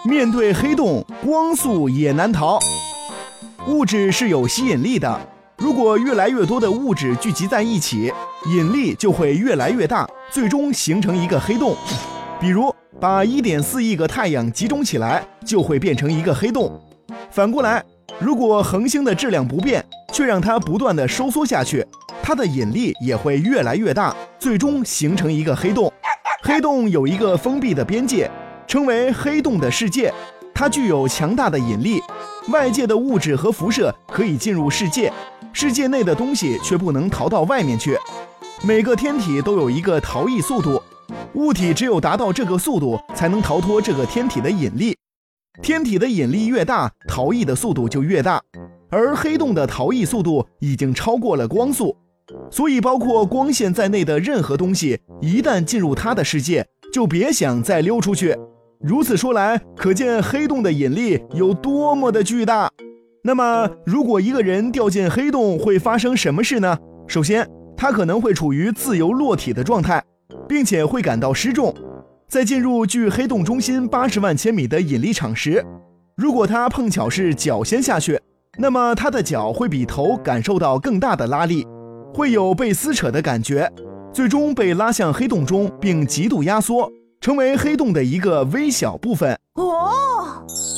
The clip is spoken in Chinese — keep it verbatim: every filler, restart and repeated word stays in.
面对黑洞，光速也难逃。物质是有吸引力的，如果越来越多的物质聚集在一起，引力就会越来越大，最终形成一个黑洞。比如把 一点四亿个太阳集中起来，就会变成一个黑洞。反过来，如果恒星的质量不变，却让它不断的收缩下去，它的引力也会越来越大，最终形成一个黑洞。黑洞有一个封闭的边界，称为黑洞的世界，它具有强大的引力，外界的物质和辐射可以进入世界，世界内的东西却不能逃到外面去。每个天体都有一个逃逸速度，物体只有达到这个速度，才能逃脱这个天体的引力。天体的引力越大，逃逸的速度就越大，而黑洞的逃逸速度已经超过了光速，所以包括光线在内的任何东西，一旦进入它的世界，就别想再溜出去。如此说来，可见黑洞的引力有多么的巨大。那么，如果一个人掉进黑洞，会发生什么事呢？首先，他可能会处于自由落体的状态，并且会感到失重。在进入距黑洞中心八十万千米的引力场时，如果他碰巧是脚先下去，那么他的脚会比头感受到更大的拉力，会有被撕扯的感觉，最终被拉向黑洞中，并极度压缩，成为黑洞的一个微小部分。 哦。